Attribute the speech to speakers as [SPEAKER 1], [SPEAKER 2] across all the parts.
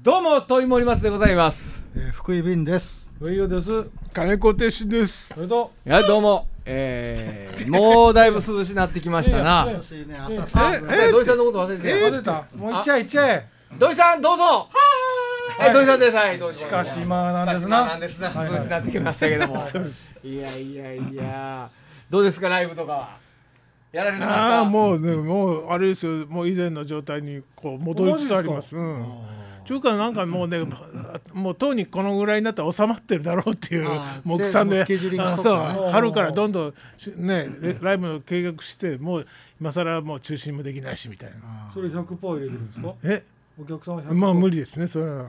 [SPEAKER 1] どうもトイモリマスでございます。
[SPEAKER 2] 福井便です。
[SPEAKER 3] 上与です。
[SPEAKER 4] 金子亭主です。
[SPEAKER 3] それと
[SPEAKER 1] いやどうも、もうだいぶ涼しになってきましたな。
[SPEAKER 2] 涼しいね、朝
[SPEAKER 1] 土井さんのこと忘れて
[SPEAKER 3] 忘れた。もう行っちゃえ行っちゃえ。
[SPEAKER 1] 土井さんどうぞ。はい土井さんです。はいどうぞ。
[SPEAKER 3] しかしまなんです
[SPEAKER 1] な。
[SPEAKER 3] な。
[SPEAKER 1] 涼しになってきましたけども。いやどうですかライブとかはやられてますか。
[SPEAKER 4] もうね、もうあれですよ、もう以前の状態にこう戻りつつあります。ちゅうかなんかもうね、もうとうにこのぐらいになったら収まってるだろうっていう目算で、そう春からどんどんねライブの計画して、もう今更もう中止もできないしみたいな。
[SPEAKER 3] それ100%入れてるんですか。お客さんは100%。
[SPEAKER 4] まあ無理ですねそれは。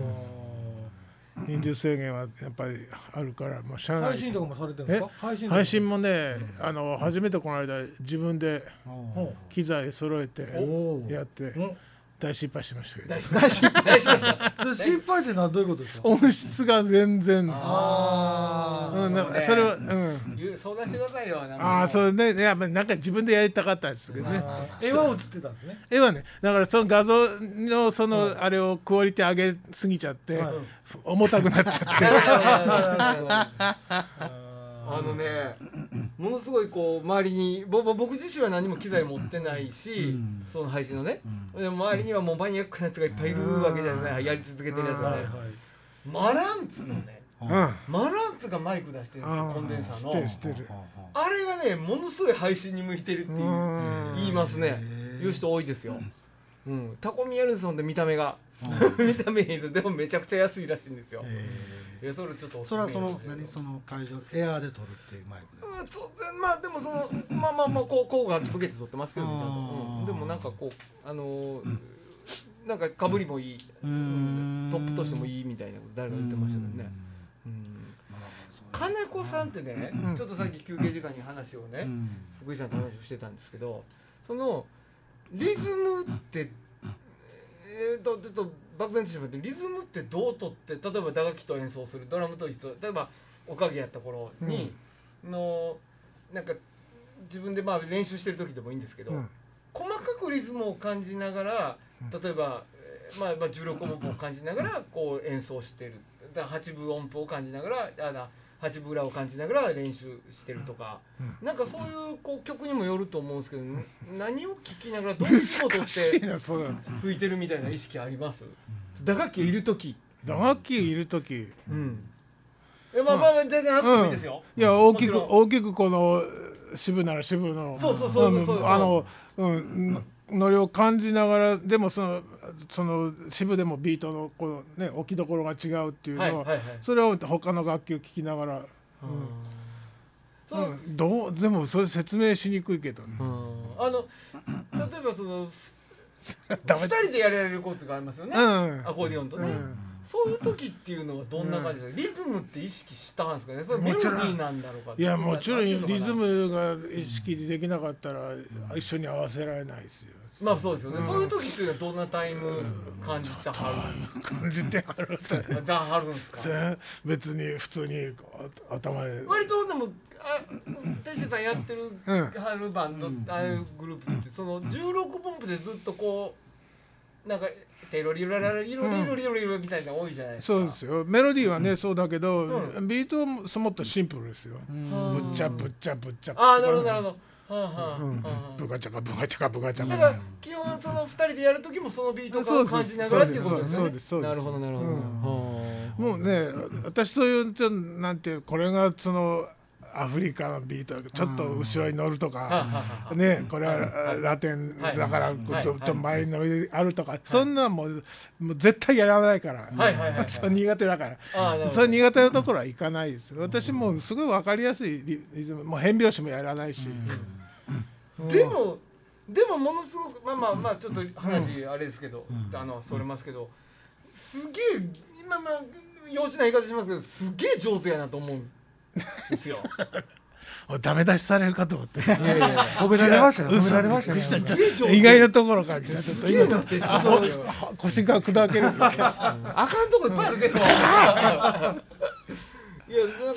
[SPEAKER 4] 人数制限はやっぱりあるから、もうしゃあない。
[SPEAKER 3] 配信とかもされてるんですか。
[SPEAKER 4] 配信もね、初めてこの間自分で機材揃えてやって大失敗しましたけど。
[SPEAKER 1] 大失敗しました。
[SPEAKER 3] 心配ってのはどういうことですか。
[SPEAKER 4] 音質が全然。それは
[SPEAKER 1] 相談してくださいよ。
[SPEAKER 4] それね、いやなんか自分でやりたかったんですけどね。
[SPEAKER 3] 絵は映ってたんですね。
[SPEAKER 4] 絵はね、だからその画像のそのあれをクオリティ上げすぎちゃって重たくなっちゃって。
[SPEAKER 1] ものすごいこう周りに僕自身は何も機材持ってないし、その配信のね、でも周りにはもうマニアックなやつがいっぱいいるわけじゃない、やり続けてるやつがね。マランツのね、マランツがマイク出してるんですよ、コンデンサーの。あれがねものすごい配信に向いてるっていう言いますね。言う人多いですよ。タコミヤルソンで見た目が見た目いいでもめちゃくちゃ安いらしいんですよ。それちょっと
[SPEAKER 2] それはその会場エアーで撮るっていうマイクで。
[SPEAKER 1] まあでもそのこうが向けて撮ってますけどね、ちゃんと。でもなんかこうなんかかぶりもいい、トップとしてもいいみたいなこと誰が言ってましたけどね。金子さんってね、ちょっとさっき休憩時間に話をね、福井さんと話をしてたんですけど、そのリズムってちょっと漠然としてもらって、リズムってどうとって、例えば打楽器と演奏する、ドラムと一緒、例えばおかげやった頃になんか自分で練習してる時でもいいんですけど、細かくリズムを感じながら、例えば16音符を感じながらこう演奏してる、だから8分音符を感じながら8分裏を感じながら練習してるとか、なんかそういう曲にもよると思うんですけど、何を聴きながらどういうことって吹いてるみたいな意識あります？打楽器いる時。
[SPEAKER 4] 全然
[SPEAKER 1] なくてもいいですよ。
[SPEAKER 4] いや大きくこの支部なら支部のノリを感じながら、でもその支部でもビートのこのね置きどころが違うっていうのは、それを他の楽器を聴きながら、でもそれ説明しにくいけどね。
[SPEAKER 1] 例えばその2人でやられることがありますよね、アコーディオンとね。そういう時っていうのはどんな感じですか。リズムって意識したんですかね。それメロディーなんだろうか。
[SPEAKER 4] いやもちろんリズムが意識できなかったら一緒に合わせられないですよ。
[SPEAKER 1] まあそうですよね。そういう時っていうのはどんなタイム感じてはる？
[SPEAKER 4] 感じてはるって
[SPEAKER 1] はるんですか。
[SPEAKER 4] 別に普通に頭で
[SPEAKER 1] 割とでも大志さんやってるはるバンド、ああいうグループってその16ポンプでずっとこうなんかテロリロラリロリロリロリロみたいなの多いじゃないですか。
[SPEAKER 4] そうですよ。メロディーはねそうだけど、ビートはもっとシンプルですよ。ぶっちゃぶっちゃぶっちゃ。
[SPEAKER 1] ああなるほどなるほど。
[SPEAKER 4] ブガチャカブガチャカブガチャカ。
[SPEAKER 1] だから基本その2人でやる時もそのビートを感じながらっていうことですね。
[SPEAKER 4] そうですそうです。
[SPEAKER 1] なるほどなるほど。
[SPEAKER 4] もうね私そういうなんてこれがそのアフリカのビートちょっと後ろに乗るとかね、これはラテンだからちょっと前に乗りあるとか、そんなんもう絶対やらないから、そう苦手だから、そう苦手なところはいかないです。私もすごい分かりやすいリズム、もう変拍子もやらないし。
[SPEAKER 1] でもものすごくまあちょっと話あれですけど、それますけど、すげえ今幼稚な言い方しますけど、すげえ上手やなと思うんですよ。
[SPEAKER 4] ダメ出しされるかと思って。
[SPEAKER 3] 褒められましたね。褒められましたね。
[SPEAKER 4] 意外なところから来た。ちょっと今ちょっと腰が砕ける。
[SPEAKER 1] あかんとこいっぱいあるけど。いやなんか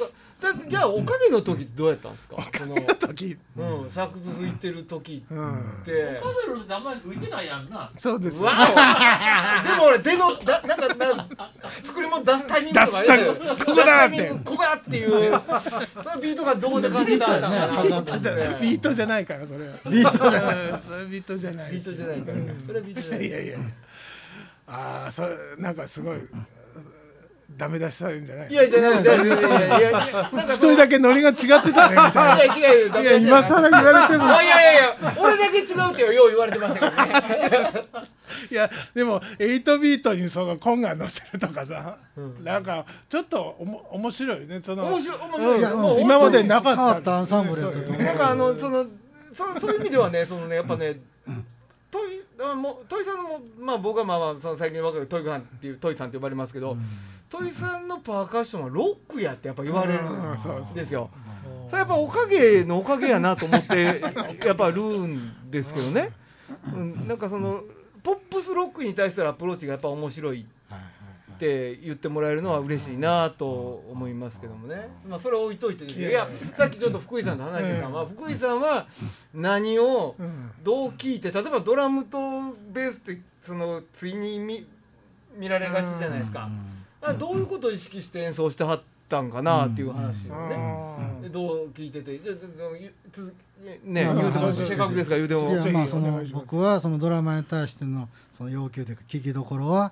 [SPEAKER 1] じゃあおかげの時どうやったんですか？その
[SPEAKER 4] 時、
[SPEAKER 1] サックス吹いてる時って、
[SPEAKER 5] カメラのってあんまり浮いてないやんな。
[SPEAKER 4] そうです。
[SPEAKER 1] わお。でも俺手のなんか作り物出すタイミングとかある。
[SPEAKER 4] ここだって
[SPEAKER 1] ここだっていう。そのビートがどうで感じたんだかな。
[SPEAKER 4] ビートじゃないからそれは。ビートじゃない。それビートじゃない。
[SPEAKER 1] ビートじゃないから。それはビートじゃない。
[SPEAKER 4] いやいや。ああ、それなんかすごい。ダメ出しされるんじゃない？
[SPEAKER 1] いやじゃないいや
[SPEAKER 4] なんか一人だけノリが違ってたねみたいな。
[SPEAKER 1] いや違う
[SPEAKER 4] いや今更言われても。
[SPEAKER 1] いや俺だけ違うってよう言われてましたけどね。
[SPEAKER 4] いやでも8ビートにそのコンガ乗せるとかさ、なんかちょっと面白いねその。面白い。今までなかった。
[SPEAKER 2] 変わったアンサンブルやったと思う。
[SPEAKER 1] なんかそういう意味ではねやっぱね。トイさんのまあ僕はその最近分かるトイさんって呼ばれますけど、トイさんのパーカッションはロックやってやっぱ言われるんですよ。それやっぱおかげのおかげやなと思ってやっぱるんですけどね。なんかそのポップスロックに対するアプローチがやっぱ面白いって言ってもらえるのは嬉しいなと思いますけどもね。まあそれ置いといてですよ。いやさっきちょっと福井さんと話してたのは福井さんは何をどう聞いて例えばドラムとベースってその対に見られがちじゃないですか。どういうことを意識して演奏してはったんかなっていう話をね。どう聞いててじゃね言うてもせっかくですから言うても。
[SPEAKER 2] いやまあその僕はそのドラマに対してのその要求というか聞きどころは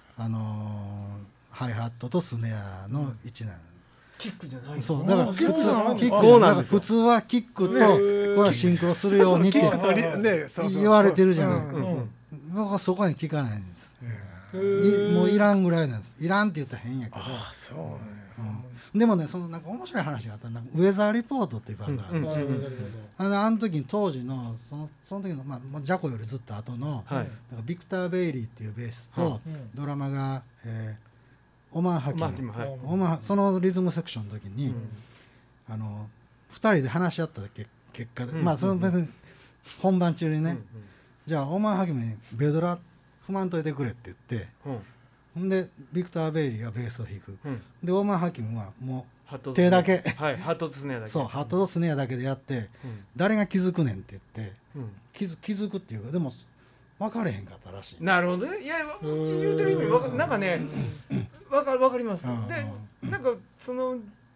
[SPEAKER 2] ハイハットとスネアの位置なの。
[SPEAKER 1] キックじゃない。
[SPEAKER 2] そうだから普通はキックとこれはシンクロするようにって言われてるじゃない。僕はそこに聞かないんです。もういらんぐらいなんです。いらんって言ったら変やけど。
[SPEAKER 4] あそうね。
[SPEAKER 2] でもねそのなんか面白い話があったらウェザーリポートっていうバンドがあってあの時に当時のその時のジャコよりずっと後のビクター・ベイリーっていうベースとドラマがオマー・ハキムそのリズムセクションの時に2人で話し合った結果でその別に本番中にねじゃあオマー・ハキムにベドラ踏まんといてくれって言ってほんでビクター・ベイリーがベースを弾くでオマー・ハキムはもう手だけ
[SPEAKER 1] ハットとスネアだけ
[SPEAKER 2] そうハットとスネアだけでやって誰が気づくねんって言って気づくっていうかでも分かれへんかったらしい。
[SPEAKER 1] なるほどね。いや言うてる意味なんかね分かります。でなんかその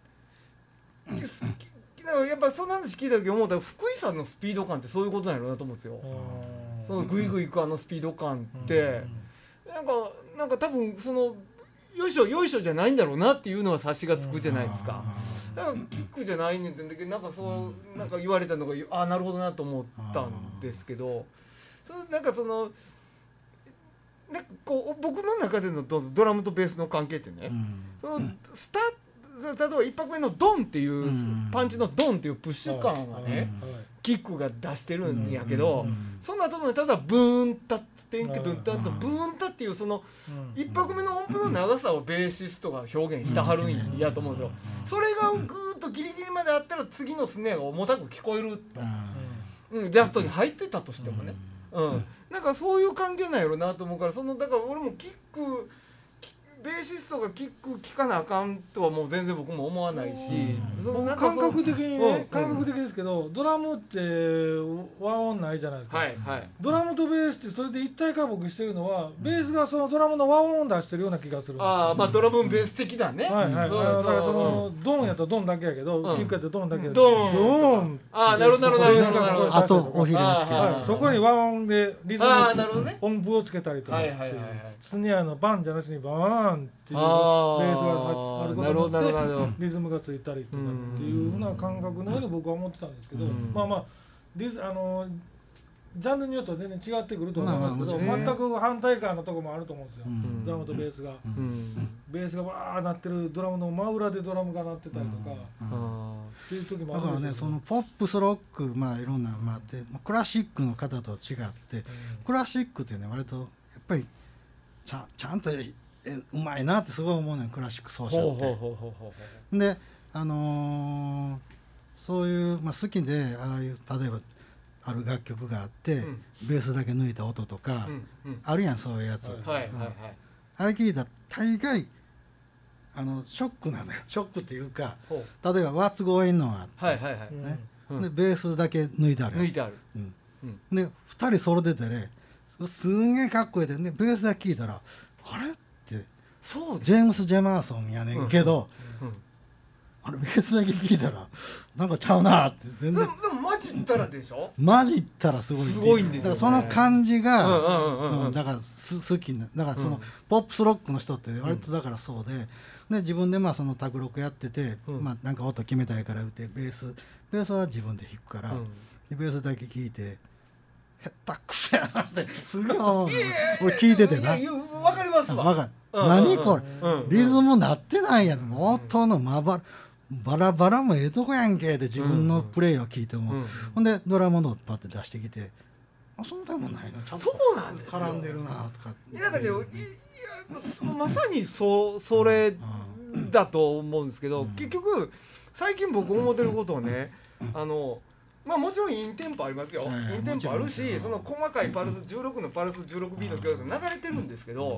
[SPEAKER 1] やっぱその話聞いた時思ったら福井さんのスピード感ってそういうことなんやろうなと思うんですよ。そのグイグイいくスピード感ってなんか多分そのよいしょじゃないんだろうなっていうのは察しがつくじゃないですか。だからキックじゃないねんってなんかそうなんか言われたのがなるほどなと思ったんですけど、なんかそのなんかこう僕の中でのドラムとベースの関係ってね、その例えば一拍目のドンっていうパンチのドンっていうプッシュ感はねキックが出してるんやけど、その後のただブーンタッツテンケドゥンタッとブーンタっていうその一拍目の音符の長さをベーシストが表現してはるんやと思うんですよ。それがグーッとギリギリまであったら次のスネアが重たく聞こえる、ジャストに入ってたとしてもね、なんかそういう関係なんやろなと思うからだから俺もキックベーシストがキック聴かなあかんとはもう全然僕も思わないし、
[SPEAKER 3] 感覚的にね感覚的ですけどドラムって和音ないじゃないですか。ドラムとベースってそれで一体化僕してるのはベースがそのドラムの和音を出してるような気がするんですよ。
[SPEAKER 1] ドラムベース的だね。だから
[SPEAKER 3] そのドンやったらドンだけやけどキックやったらドンだけやけ
[SPEAKER 1] ど
[SPEAKER 3] ドン
[SPEAKER 1] なるほど
[SPEAKER 2] あとおひれをつける
[SPEAKER 3] そこに和音でリズム音符をつけたりとかスネアのバンじゃなしにバーンっていうベースがあることによってリズムがついたりとかっていうふうな感覚のように僕は思ってたんですけど、ジャンルによっては全然違ってくると思いますけど、全く反対側のところもあると思うんですよ。ドラムとベースがベースがバー鳴ってるドラムの真裏でドラムが鳴ってたりとかっていう時もあるんですよ。
[SPEAKER 2] だからねそのポップスロックいろんなのもあってクラシックの方と違ってクラシックってね割とやっぱりちゃんとうまいなってすごい思うねんクラシック奏者って。でそういう、好きでああいう例えばある楽曲があって、ベースだけ抜いた音とか、あるやんそういうやつ、あれ聞いたら大概ショックなのよ。ショックっていうか、例えば「What's going on」あって、ね、でベースだけ抜いてある。で2人ソロ出てね、すんげえかっこいいでね、ベースだけ聴いたらあれってジェームス・ジェマーソンやねんけど、あれベースだけ聴いたらなんかちゃうなって全然。
[SPEAKER 1] でも混じったらでしょ。
[SPEAKER 2] 混じったらすごい。
[SPEAKER 1] すごいんですよ、ね。
[SPEAKER 2] だからその感じが、だから好きな、だからそのポップスロックの人って割とだからそうで、で自分でまあその卓録やってて、まあなんか音決めたいから打ってベースは自分で弾くから、でベースだけ聴いて。下手くそやなってすごい思う。俺聞いててな。
[SPEAKER 1] わかりますわ。
[SPEAKER 2] わかる。何これ、リズムなってないやん。音のバラバラもええとこやんけって自分のプレイを聞いても、ほんでドラムのパッて出してきて、あそんなもんないの。ちゃんと
[SPEAKER 1] そうなんですよ。
[SPEAKER 2] 絡んでるなとか。
[SPEAKER 1] いやだけどまさにそれだと思うんですけど、結局最近僕思ってることをね、まあもちろんインテンポありますよ。インテンポあるし、その細かいパルス16のパルス16ビートが流れてるんですけど、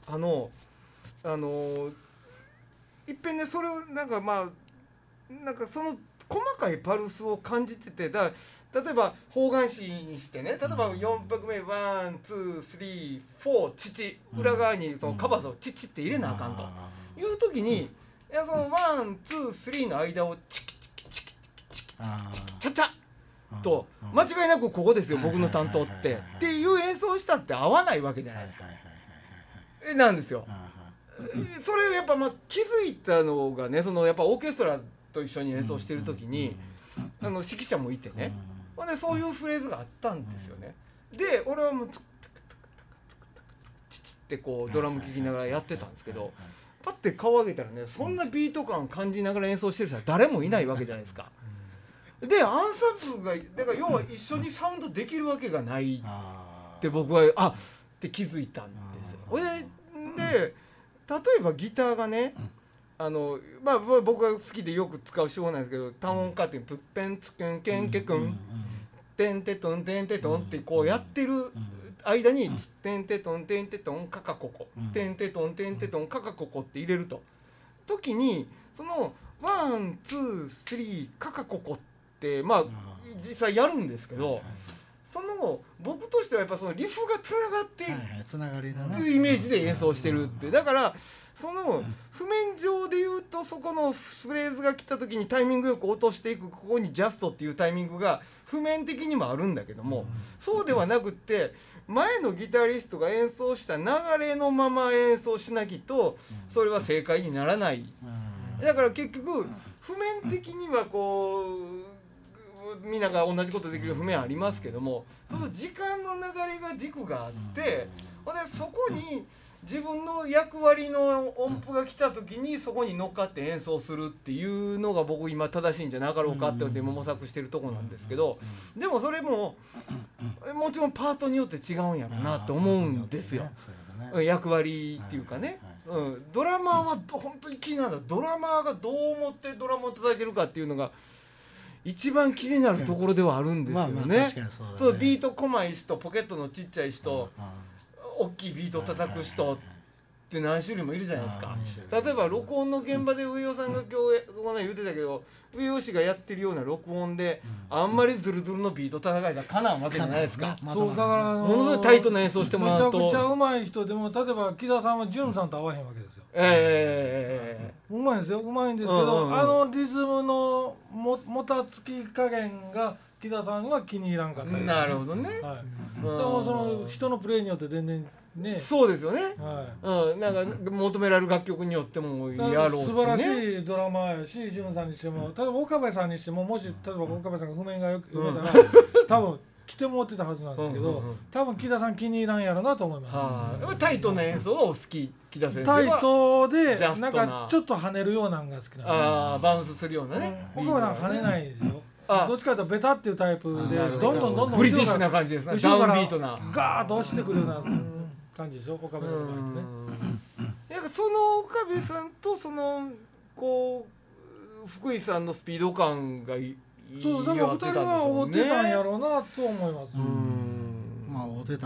[SPEAKER 1] いっぺんねそれをなんかまあなんかその細かいパルスを感じてて、例えば方眼紙にしてね、例えば4拍目ワンツースリーフォー父裏側にそのカバーズを父って入れなあかんという時に、いやそのワンツースリーの間をチキチキチキチキチキチャチャと間違いなくここですよ僕の担当っていう演奏したって合わないわけじゃないですか。なんですよ。それをやっぱまあ気づいたのがね、そのやっぱオーケストラと一緒に演奏してる時に指揮者もいてね、でそういうフレーズがあったんですよね。で俺はもうチチってこうドラム聴きながらやってたんですけど、パッて顔上げたらね、そんなビート感感じながら演奏してる人は誰もいないわけじゃないですか。でアンサンブルがだから要は一緒にサウンドできるわけがないって僕はって気づいたんですよ。で例えばギターがね、まあ僕が好きでよく使う手法なんですけど、単音カーテンプッペンツクンケンケクンテンテトンテンテトンってこうやってる間にテンテトンテンテトンカカココテンテトンテンテトンカカココって入れると時に、そのワンツースリーカカココってまあ実際やるんですけど、その僕としてはやっぱそのリフがつながって
[SPEAKER 2] つながりだな
[SPEAKER 1] っていうイメージで演奏してるって、だからその譜面上で言うとそこのフレーズが来た時にタイミングよく落としていく、ここにジャストっていうタイミングが譜面的にもあるんだけども、そうではなくって前のギタリストが演奏した流れのまま演奏しなきとそれは正解にならない。だから結局譜面的にはこうみんなが同じことできる譜面ありますけども、その時間の流れが軸があって、でそこに自分の役割の音符が来た時にそこに乗っかって演奏するっていうのが僕今正しいんじゃなかろうかって今模索してるとこなんですけど、でもそれももちろんパートによって違うんやろなと思うんですよ。役割っていうかね、ドラマーは本当に気になる。ドラマーがどう思ってドラムを叩いてるかっていうのが一番気になるところではあるんですよね。そうビート細い人、ポケットのちっちゃい人、大きいビート叩く人って何種類もいるじゃないですか。例えば録音の現場で上尾さんが今日言ってたけど、上尾氏がやってるような録音であんまりズルズルのビート叩かれたらかなんわけじゃないですか。
[SPEAKER 3] そうだから
[SPEAKER 1] ものすごいタイトな演奏してもらうと、
[SPEAKER 3] めちゃくちゃうまい人でも例えば木田さんは潤さんと合わへんわけですよ。うまいんですよ、うまいんですけど、リズムのもたつき加減が木田さんは気に入らんかったり。
[SPEAKER 1] なるほどね。
[SPEAKER 3] でもその人のプレイによって全然ね。
[SPEAKER 1] そうですよね。なんか求められる楽曲によってもやろうしね。
[SPEAKER 3] 素晴らしいドラマーやし、潤さんにしても、例えば岡部さんにしても、もし例えば岡部さんが譜面がよく読めたら、多分来てもらってたはずなんですけど、多分木田さん気に入らんやろなと思います。
[SPEAKER 1] タイトな演奏がお好き、木田先生は。
[SPEAKER 3] タイトでなんかちょっと跳ねるようなのが好きなんです。
[SPEAKER 1] バウンスするようなね。
[SPEAKER 3] 岡部さん跳ねないでしょ。どっちかというとベタっていうタイプでどんどん
[SPEAKER 1] ブリティッシュな感じですね。
[SPEAKER 3] 後ろからガーッと落ちてくるような感じでしょ、岡部さんの場合ってね。
[SPEAKER 1] その岡部さんとそのこう福井さんのスピード感が
[SPEAKER 3] そうだから2人は合うてたんやろうなと思います。
[SPEAKER 2] まあ合うてたんやろう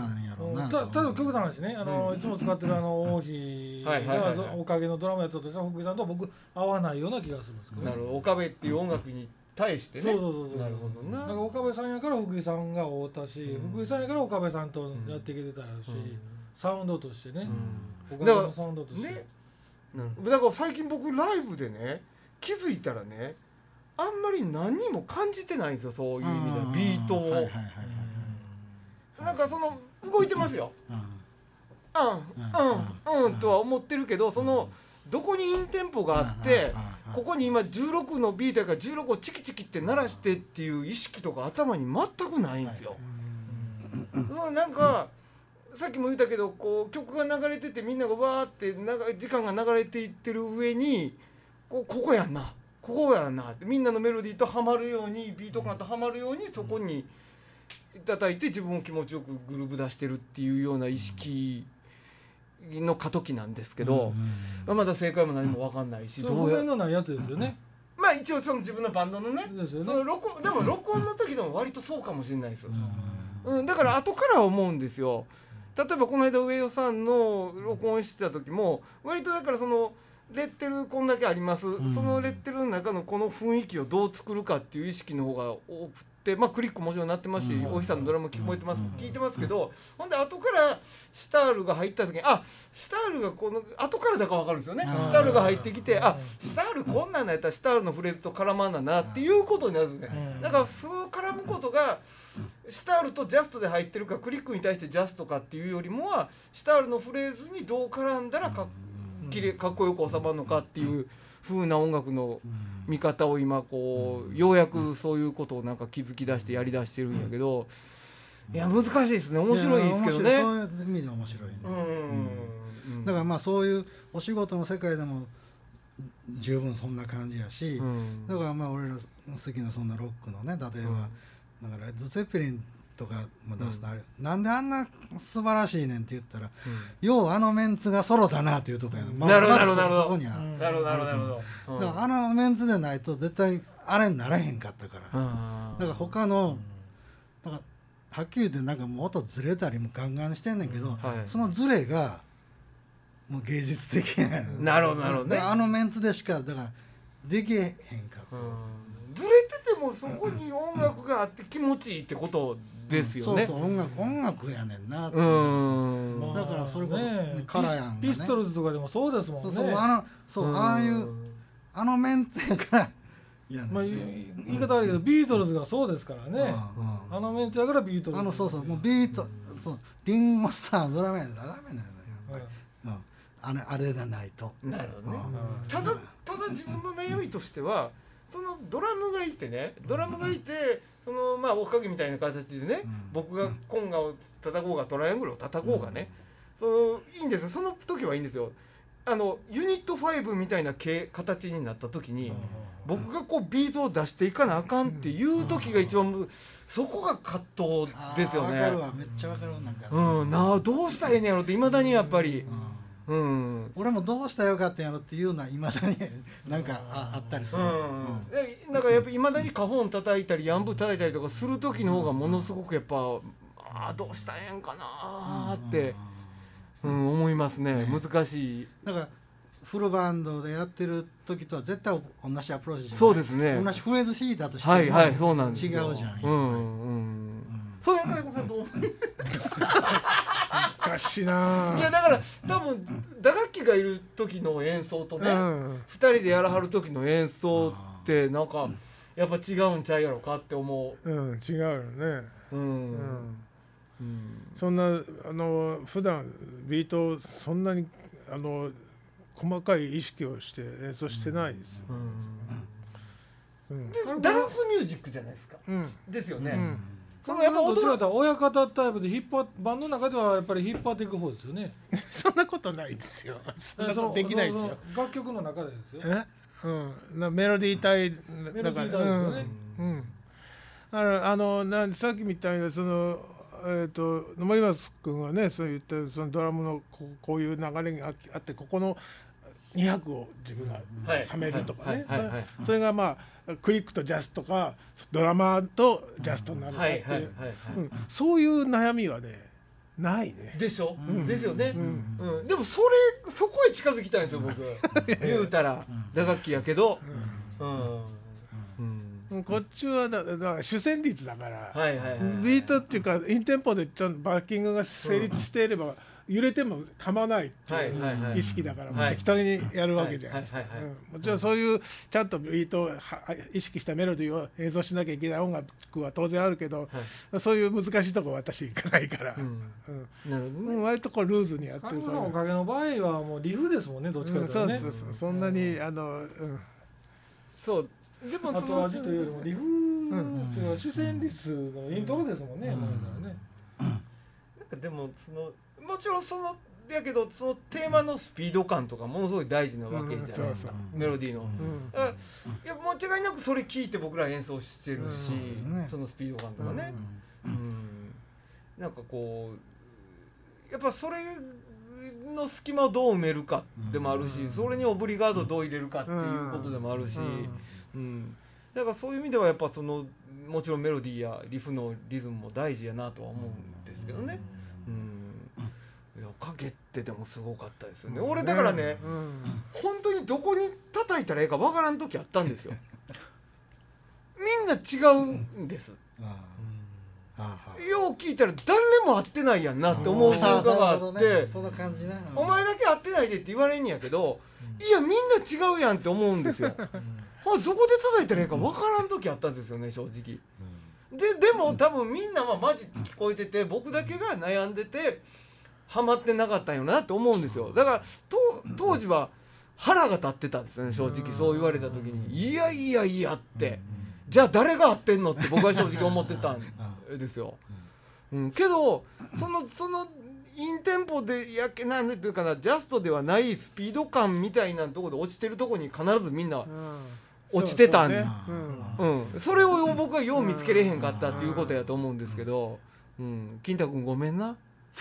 [SPEAKER 3] 例えば極端な話ね、いつも使ってる王妃がおかげのドラマやったとしたら福井さんとは僕合わないような気がするんですけど、
[SPEAKER 1] なるほど、岡部っていう音楽に対してね。
[SPEAKER 3] そう
[SPEAKER 1] なるほどな。
[SPEAKER 3] なんか岡部さんやから福井さんが会うたし、福井さんやから岡部さんとやっていけてたらし、サウンドとしてね、岡部のサウンドとして。
[SPEAKER 1] だから最近僕ライブでね、気づいたらね、あんまり何にも感じてないんですよ、そういう意味ではビートを。なんかその動いてますよ。とは思ってるけど、そのどこにインテンポがあって、ここに今16のビートやから16をチキチキって鳴らしてっていう意識とか頭に全くないんですよ。なんかさっきも言ったけど、こう曲が流れててみんながわーって時間が流れていってる上にここやんな、ここやんなってみんなのメロディーとハマるように、ビート感とハマるようにそこに叩いて自分を気持ちよくグルーブ出してるっていうような意識の過渡期なんですけど、まだ正解も何も分かんないし、
[SPEAKER 3] どうやのないやつですよね。
[SPEAKER 1] まあ一応その自分のバンドのね、
[SPEAKER 3] ですよね。
[SPEAKER 1] でも録音の時でも割とそうかもしれないですよ。だから後から思うんですよ。例えばこの間上与さんの録音してた時も割とだからそのレッテルこんだけあります、そのレッテルの中のこの雰囲気をどう作るかっていう意識の方が多くて、まあクリックもちろんなってますし、大石さんのドラム聞こえてます、聞いてますけど、ほんで後からシタールが入った時にシタールがこの後からだから分かるんですよね。シタールが入ってきてシタールこんなんやったらシタールのフレーズと絡まんだなっていうことになるんですね。だからその絡むことがシタールとジャストで入ってるか、クリックに対してジャストかっていうよりもはシタールのフレーズにどう絡んだらかっこよく収まるのかっていう風な音楽の見方を今こうようやくそういうことをなんか気づき出してやりだしてるんだけど、いや難しいですね。面白いですけどね。
[SPEAKER 2] そういう意味で面白いね。だからまあそういうお仕事の世界でも十分そんな感じやし、だからまあ俺ら好きなそんなロックのね、例えばだからレッド・ゼッペリンとかも出すとあれ、なんであんな素晴らしいねんって言ったら、ようあのメンツがソロだなっていうとこやね。
[SPEAKER 1] なるほど
[SPEAKER 2] そこにある。
[SPEAKER 1] なるほどなるほど。
[SPEAKER 2] だからあのメンツでないと絶対あれにならへんかったから。だから他のだからはっきり言ってなんかもう音ずれたりもガンガンしてんねんけど、そのずれがもう芸術的な。
[SPEAKER 1] なるほどなるほどね。
[SPEAKER 2] あのメンツでしかだからできへんかった。
[SPEAKER 1] ずれててもそこに音楽があって気持ちいいってことですよね。
[SPEAKER 2] そうそう音楽やねんなって。だからそれこそカラヤンがね。
[SPEAKER 3] ピストルズとかでもそうですもんね。
[SPEAKER 2] ああいうあのメンツやからやねん。
[SPEAKER 3] まあ言い方悪いけどビートルズがそうですからね。あのメンツやからビートルズ。
[SPEAKER 2] そうもうビートリンゴスターのドラマやったらダメなんだよやっぱり。あれがないと。
[SPEAKER 1] なるほどね。ただ自分の悩みとしては。そのドラムがいてね、そのまあおかげみたいな形でね、僕がコンガを叩こうがトライアングルを叩こうがね、いいんですよ。その時はいいんですよ。ユニット5みたいな形になった時に、僕がこうビートを出していかなあかんっていう時が一番そこが葛藤ですよね。
[SPEAKER 2] わかるわ、めっちゃわかる。なんか
[SPEAKER 1] どうしたらええねやろっていまだにやっぱり。
[SPEAKER 2] 俺もどうしたらよかったんやろっていうのはいまだになんかあったりする。
[SPEAKER 1] だからやっぱいまだにカホン叩いたりヤンブー叩いたりとかする時の方がものすごくやっぱどうしたらええんかなって思いますね。難しい。
[SPEAKER 2] だからフルバンドでやってる時とは絶対同じアプローチじゃない。
[SPEAKER 1] そうですね。
[SPEAKER 2] 同じフレーズ弾いたとしても違うじゃん。
[SPEAKER 1] そうやからさんどう
[SPEAKER 4] 難しいな。
[SPEAKER 1] いやだから多分打楽器がいる時の演奏とね、2人でやらはる時の演奏ってなんかやっぱ違うんちゃうやろかって思う。
[SPEAKER 4] 違うよね。そんな普段ビートをそんなに細かい意識をして演奏してないですよ。
[SPEAKER 1] ダンスミュージックじゃないですか。ですよね。
[SPEAKER 3] そのやっぱどちらかというと親方タイプでバンドの中ではやっぱり引っ張っていく方ですよね。
[SPEAKER 4] そんなことないですよ。そんなことできないですよ。
[SPEAKER 3] 楽曲の中でですよ。
[SPEAKER 4] メロディー体
[SPEAKER 3] だからね。
[SPEAKER 4] さっきみたいな野間岩君はねそう言ったそのドラムのこういう流れがあってここの2拍を自分がはめるとかね。それがまあクリックとジャストかドラマーとジャストになるかっていうそういう悩みはねないね
[SPEAKER 1] でしょ、ですよね、でもそこへ近づきたいんですよ僕言うたら打楽器やけど、
[SPEAKER 4] こっちはだから主旋律だから、
[SPEAKER 1] ビ
[SPEAKER 4] ートっていうかインテンポでちょっとバッキングが成立していれば、揺れても構わないっていう意識だから、適当にやるわけじゃないですか。もちろんそういうちゃんとビートを意識したメロディーを演奏しなきゃいけない音楽は当然あるけど、そういう難しいとこ私いかないから、割とこうルーズにやってるから。
[SPEAKER 3] おかげの場合はもうリフですもんね、どっちかというとね。
[SPEAKER 4] そうそんなに
[SPEAKER 1] そうでも
[SPEAKER 3] 後味というよりもリフっていうのは主旋律のイントロですもんね。
[SPEAKER 1] なんかでももちろんやけどそのテーマのスピード感とかものすごい大事なわけじゃないですか、メロディーの、いや間違いなくそれ聞いて僕ら演奏してるし、そのスピード感とかね、なんかこうやっぱそれの隙間をどう埋めるかでもあるし、それにオブリガードをどう入れるかっていうことでもあるし、だからそういう意味ではやっぱもちろんメロディーやリフのリズムも大事やなとは思うんですけどね。いや影ってでもすごかったですよね。俺だからね、本当にどこに叩いたらええかわからん時あったんですよ。みんな違うんです。よう聞いたら誰も合ってないやんなって思う瞬間があって、お前だけ合ってないでって言われんやけど、いやみんな違うやんって思うんですよ。どこで叩いたらええかわからん時あったんですよね、正直。でも多分みんなはマジって聞こえてて、僕だけが悩んでてハマってなかったんよなって思うんですよ。だから当時は腹が立ってたんですよね、正直そう言われた時に。いやいやいやって、じゃあ誰が合ってんのって僕は正直思ってたんですよ。けどそのインテンポでなんていうかな、ジャストではないスピード感みたいなところで落ちてるところに必ずみんな落ちてたん、それを僕はよう見つけれへんかったっていうことやと思うんですけど、金太君ごめんな。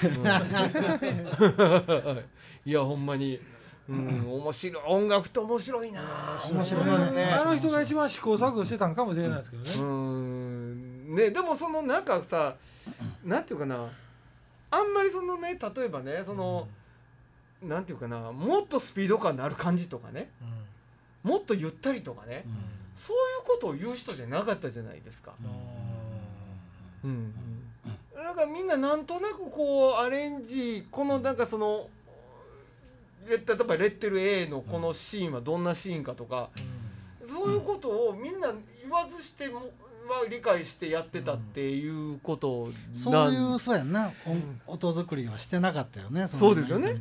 [SPEAKER 1] いやほんまに、面白い、音楽って面白いな。
[SPEAKER 3] 面白いね。あの人が一番試行錯誤してたんかもしれないですけど
[SPEAKER 1] ね。でもなんかさ、なんていうかな、あんまり例えばね、なんていうかな、もっとスピード感のある感じとかね、もっとゆったりとかね、そういうことを言う人じゃなかったじゃないですか。だからみんななんとなくこうアレンジ、このなんか例えばレッテル A のこのシーンはどんなシーンかとか、そういうことをみんな言わずしても理解してやってたっていうこと
[SPEAKER 2] そうやんな、音作りはしてなかったよね。
[SPEAKER 1] そうですよね。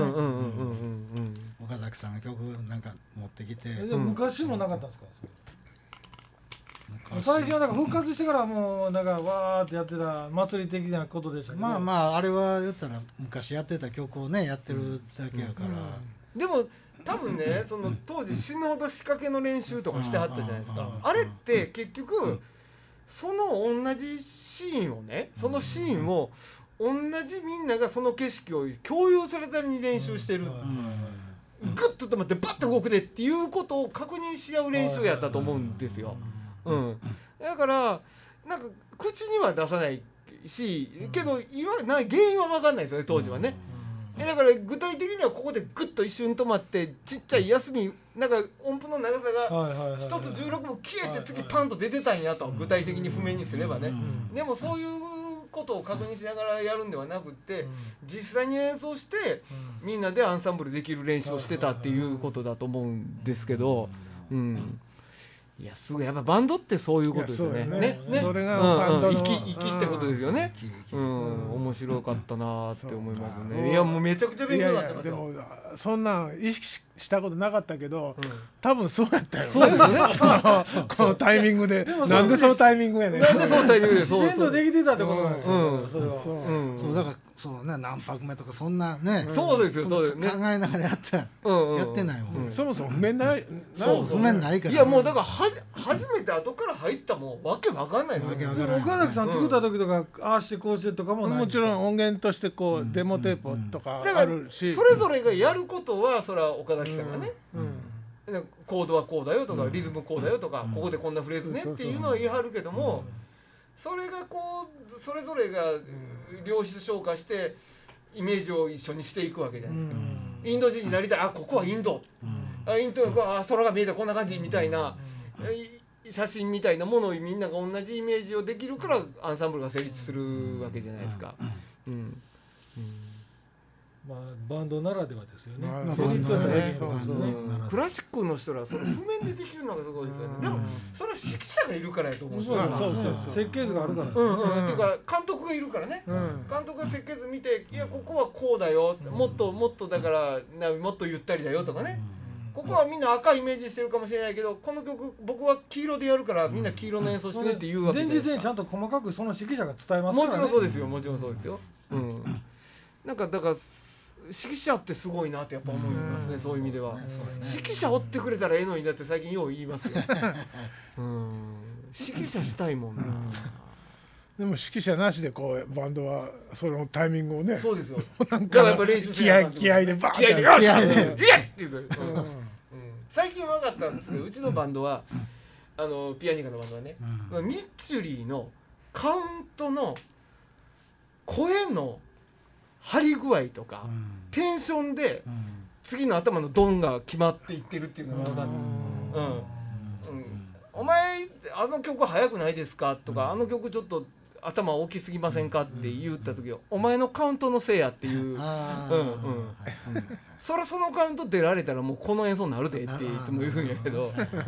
[SPEAKER 2] 岡崎さんが曲なんか持ってきて。
[SPEAKER 3] でも昔もなかったんですか？最近はなんか復活してからもうなんかわーってやってた祭り的なことでしたけど、
[SPEAKER 2] あれは言ったら昔やってた曲をねやってるだけやから、
[SPEAKER 1] でも多分ね、当時死ぬほど仕掛けの練習とかしてはったじゃないですか。あれって結局その同じシーンをね、そのシーンを同じみんながその景色を共有されたように練習してる、グッと止まってバッと動くでっていうことを確認し合う練習やったと思うんですよ。だからなんか口には出さないし、けど原因は分かんないですよね、当時はね。だから具体的にはここでグッと一瞬止まってちっちゃい休み、なんか音符の長さが一つ16分消えて次パンと出てたんやと、具体的に譜面にすればね。でもそういうことを確認しながらやるんではなくって、実際に演奏してみんなでアンサンブルできる練習をしてたっていうことだと思うんですけど、いやすごい、やっぱバンドってそういうことですよね。
[SPEAKER 4] それがバンドの
[SPEAKER 1] 息ってことですよね。面白かったなって思いますね。いやもうめちゃくちゃ勉強になってますよ。
[SPEAKER 4] でもそんなん意識したことなかったけど、多分そうやったよね。
[SPEAKER 1] そうですよね。
[SPEAKER 4] このタイミングで、なんでそのタイミングやねん。
[SPEAKER 1] なんでそのタイミングで、
[SPEAKER 3] 自然とできてたってことなんですよ。
[SPEAKER 2] そうだからそうね、何拍目とかそんなね、
[SPEAKER 1] そうですよ、そうですね。
[SPEAKER 2] 考えながらやってないもん。
[SPEAKER 4] そもそも譜面ない、
[SPEAKER 2] 譜面ないから。
[SPEAKER 1] いやもうだから初めて後から入ったもんわけわかんないですよ。
[SPEAKER 3] 岡崎さん作った時とかああしてこうしてとかもない。
[SPEAKER 4] もちろん音源としてこうデモテープとかあるし、
[SPEAKER 1] それぞれがやることはそれは岡崎さんがね、コードはこうだよとかリズムこうだよとか、ここでこんなフレーズねっていうのは言い張るけども、 それがこうそれぞれが良質消化してイメージを一緒にしていくわけじゃないですか。インド人になりたい、あ、ここはインド、インドは空が見えたこんな感じみたいな写真みたいなものをみんなが同じイメージをできるからアンサンブルが成立するわけじゃないですか。
[SPEAKER 3] まあバンドならではですよね。
[SPEAKER 1] クラシックの人らそれ譜面でできるのがすごいですよね。でもそれは指揮者がいるからやと思うんですよ。
[SPEAKER 3] 設計図があるから。
[SPEAKER 1] っていうか監督がいるからね。監督が設計図見て、いやここはこうだよ。もっとだからもっとゆったりだよとかね。ここはみんな赤イメージしてるかもしれないけど、この曲僕は黄色でやるからみんな黄色の演奏してねって言うわけじゃないですか。
[SPEAKER 3] 前日にちゃんと細かくその指揮者が伝えますからね。
[SPEAKER 1] もちろんそうですよ。もちろんそうですよ。なんかだから指揮者ってすごいなってやっぱ思いますね。そういう意味では指揮者追ってくれたらええのにだって最近よう言いますよ。指揮者したいもんな。
[SPEAKER 4] でも指揮者なしでこうバンドはそのタイミングをね、
[SPEAKER 1] そうですよ。
[SPEAKER 4] なんかやっぱ練習気合でバーッて
[SPEAKER 1] よしいやっていう。最近分かったんですけど、うちのバンドはピアニカのバンドはね、ミッチュリーのカウントの声の張り具合とかテンションで次の頭のドンが決まっていってるっていうのが分かる。お前あの曲速くないですかとか、あの曲ちょっと頭大きすぎませんかって言った時、お前のカウントのせいやっていう、そのカウント出られたらもうこの演奏になるでって言っても言うんやけど、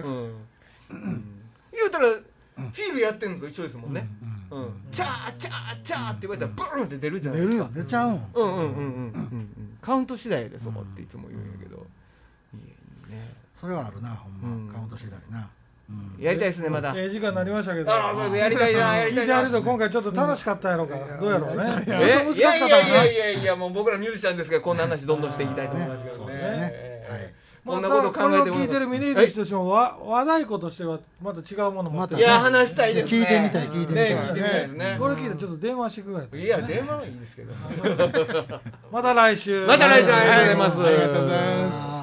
[SPEAKER 1] 言うたらフィールやってるのと一緒ですもんね。チャーチャーチャーって言われたらブーンって出るじゃないですか。
[SPEAKER 2] 出るよ、出ちゃうも
[SPEAKER 1] ん。カウント次第でそこっていつも言うんやけど、
[SPEAKER 2] それはあるな、ほんまカウント次第な。
[SPEAKER 1] やりたいですね、まだ。
[SPEAKER 3] 時間になりましたけど。
[SPEAKER 1] やりたいな、やりたいな。
[SPEAKER 3] 聞いてあると今回ちょっと楽しかったやろうから、どうやろうね。
[SPEAKER 1] いや、もう僕らミュージシャンですから、こんな話どんどんしていきたいと思いますけどね。こんなこと考えても。
[SPEAKER 3] 聞いてる峰岸としても和太鼓としてはまた違うものも。
[SPEAKER 1] いや、話したいですね。
[SPEAKER 2] 聞いてみたい
[SPEAKER 1] ですね。
[SPEAKER 3] これ聞いてちょっと電話してくれ。
[SPEAKER 1] いや、電話はいいですけど。
[SPEAKER 3] また来週。
[SPEAKER 1] ありがとうございます。
[SPEAKER 4] ありがとうございます。